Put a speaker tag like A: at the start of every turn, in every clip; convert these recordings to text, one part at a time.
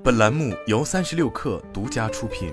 A: 本栏目由36氪独家出品。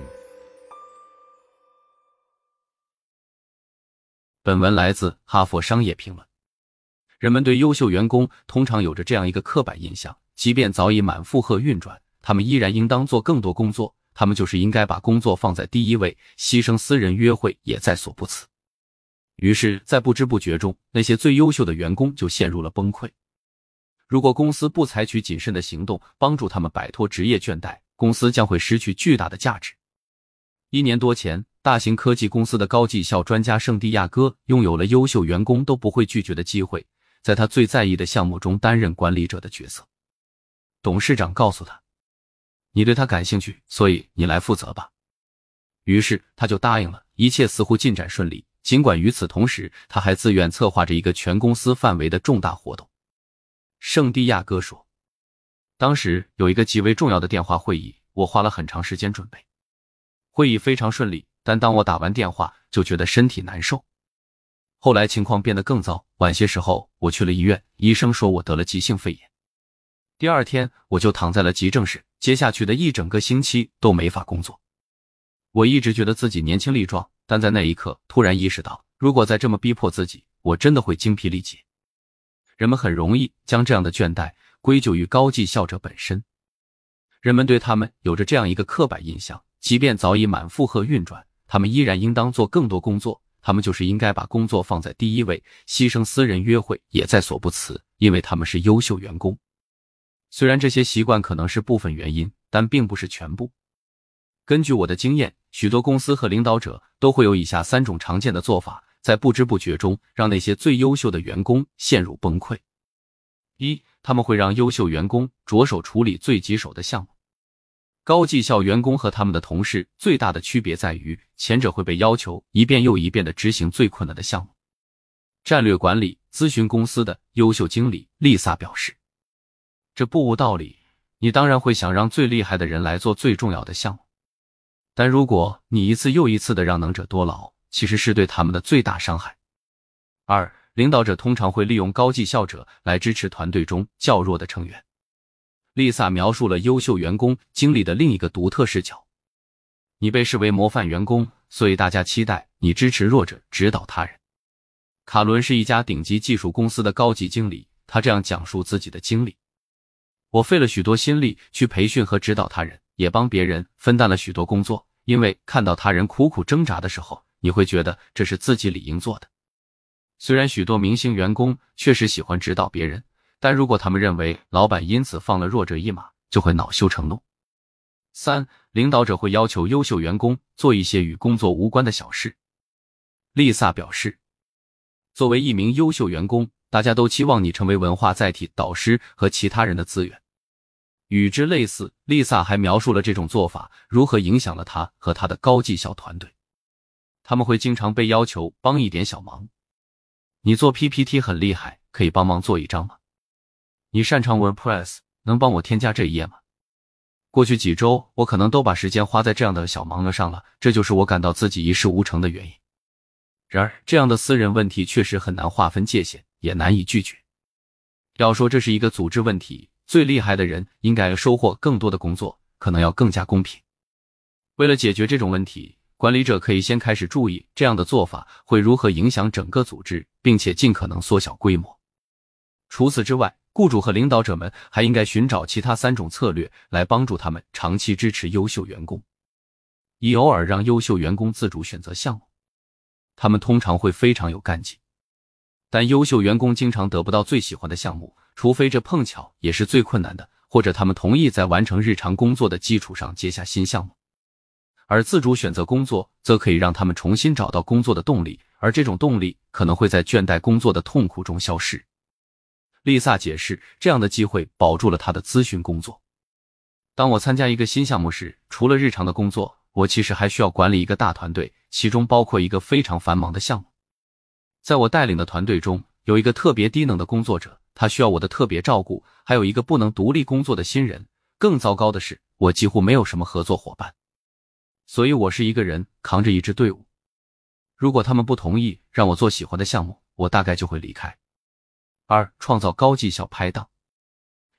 B: 本文来自哈佛商业评论。人们对优秀员工通常有着这样一个刻板印象，即便早已满负荷运转，他们依然应当做更多工作，他们就是应该把工作放在第一位，牺牲私人约会也在所不辞。于是在不知不觉中，那些最优秀的员工就陷入了崩溃。如果公司不采取谨慎的行动，帮助他们摆脱职业倦怠，公司将会失去巨大的价值。1年多前，大型科技公司的高绩效专家圣地亚哥拥有了优秀员工都不会拒绝的机会，在他最在意的项目中担任管理者的角色。董事长告诉他，你对他感兴趣，所以你来负责吧。于是他就答应了，一切似乎进展顺利，尽管与此同时，他还自愿策划着一个全公司范围的重大活动。圣地亚哥说，当时有一个极为重要的电话会议，我花了很长时间准备。会议非常顺利，但当我打完电话就觉得身体难受。后来情况变得更糟，晚些时候我去了医院，医生说我得了急性肺炎。第二天我就躺在了急症室，接下去的一整个星期都没法工作。我一直觉得自己年轻力壮，但在那一刻突然意识到，如果再这么逼迫自己，我真的会精疲力竭。人们很容易将这样的倦怠归咎于高绩效者本身。人们对他们有着这样一个刻板印象，即便早已满负荷运转，他们依然应当做更多工作，他们就是应该把工作放在第一位，牺牲私人约会也在所不辞，因为他们是优秀员工。虽然这些习惯可能是部分原因，但并不是全部。根据我的经验，许多公司和领导者都会有以下3种常见的做法，在不知不觉中让那些最优秀的员工陷入崩溃。1. 他们会让优秀员工着手处理最棘手的项目。高绩效员工和他们的同事最大的区别在于，前者会被要求一遍又一遍地执行最困难的项目。战略管理咨询公司的优秀经理丽萨表示，这不无道理，你当然会想让最厉害的人来做最重要的项目，但如果你一次又一次地让能者多劳，其实是对他们的最大伤害。2. 领导者通常会利用高绩效者来支持团队中较弱的成员。丽萨描述了优秀员工经历的另一个独特视角。你被视为模范员工，所以大家期待你支持弱者，指导他人。卡伦是一家顶级技术公司的高级经理，他这样讲述自己的经历。我费了许多心力去培训和指导他人，也帮别人分担了许多工作，因为看到他人苦苦挣扎的时候，你会觉得这是自己理应做的。虽然许多明星员工确实喜欢指导别人，但如果他们认为老板因此放了弱者一马，就会恼羞成怒。3. 领导者会要求优秀员工做一些与工作无关的小事。丽萨表示，作为一名优秀员工，大家都期望你成为文化载体、导师和其他人的资源。与之类似，丽萨还描述了这种做法如何影响了他和他的高绩效团队。他们会经常被要求帮一点小忙。你做 PPT 很厉害，可以帮忙做一张吗？你擅长 WordPress， 能帮我添加这一页吗？过去几周，我可能都把时间花在这样的小忙上了，这就是我感到自己一事无成的原因。然而，这样的私人问题确实很难划分界限，也难以拒绝。要说这是一个组织问题，最厉害的人应该收获更多的工作，可能要更加公平。为了解决这种问题，管理者可以先开始注意这样的做法会如何影响整个组织，并且尽可能缩小规模。除此之外，雇主和领导者们还应该寻找其他3种策略来帮助他们长期支持优秀员工。1. 偶尔让优秀员工自主选择项目。他们通常会非常有干劲，但优秀员工经常得不到最喜欢的项目，除非这碰巧也是最困难的，或者他们同意在完成日常工作的基础上接下新项目。而自主选择工作则可以让他们重新找到工作的动力，而这种动力可能会在倦怠工作的痛苦中消失。丽萨解释，这样的机会保住了她的咨询工作。当我参加一个新项目时，除了日常的工作，我其实还需要管理一个大团队，其中包括一个非常繁忙的项目。在我带领的团队中，有一个特别低能的工作者，他需要我的特别照顾，还有一个不能独立工作的新人。更糟糕的是，我几乎没有什么合作伙伴。所以我是一个人扛着一支队伍。如果他们不同意让我做喜欢的项目，我大概就会离开。2. 创造高绩效拍档。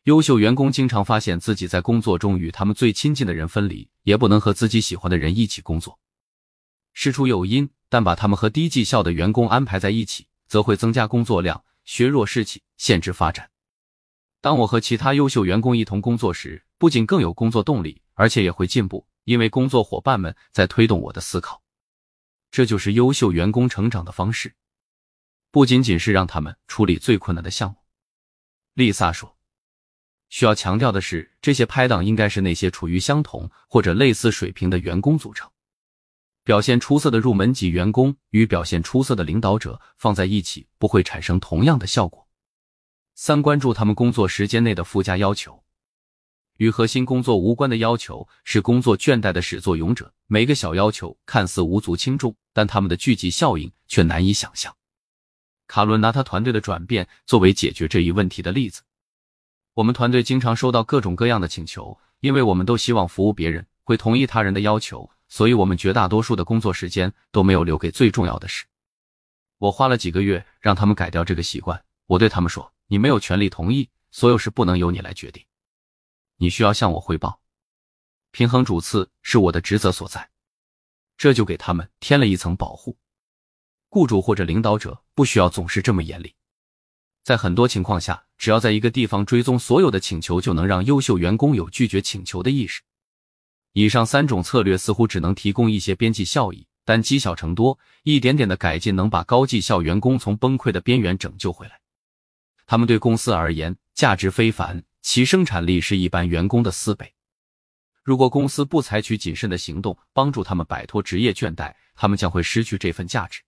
B: 优秀员工经常发现自己在工作中与他们最亲近的人分离，也不能和自己喜欢的人一起工作。事出有因，但把他们和低绩效的员工安排在一起，则会增加工作量，削弱士气，限制发展。当我和其他优秀员工一同工作时，不仅更有工作动力，而且也会进步，因为工作伙伴们在推动我的思考。这就是优秀员工成长的方式，不仅仅是让他们处理最困难的项目。丽萨说，需要强调的是，这些拍档应该是那些处于相同或者类似水平的员工组成。表现出色的入门级员工与表现出色的领导者放在一起，不会产生同样的效果。3、关注他们工作时间内的附加要求。与核心工作无关的要求是工作倦怠的始作俑者，每个小要求看似无足轻重，但他们的聚集效应却难以想象。卡伦拿他团队的转变作为解决这一问题的例子。我们团队经常收到各种各样的请求，因为我们都希望服务别人，会同意他人的要求，所以我们绝大多数的工作时间都没有留给最重要的事。我花了几个月让他们改掉这个习惯。我对他们说，你没有权利同意，所有事不能由你来决定，你需要向我汇报。平衡主次是我的职责所在。这就给他们添了一层保护。雇主或者领导者不需要总是这么严厉。在很多情况下，只要在一个地方追踪所有的请求，就能让优秀员工有拒绝请求的意识。以上3种策略似乎只能提供一些边际效益，但积小成多，一点点的改进能把高绩效员工从崩溃的边缘拯救回来。他们对公司而言价值非凡，其生产力是一般员工的4倍。如果公司不采取谨慎的行动，帮助他们摆脱职业倦怠，他们将会失去这份价值。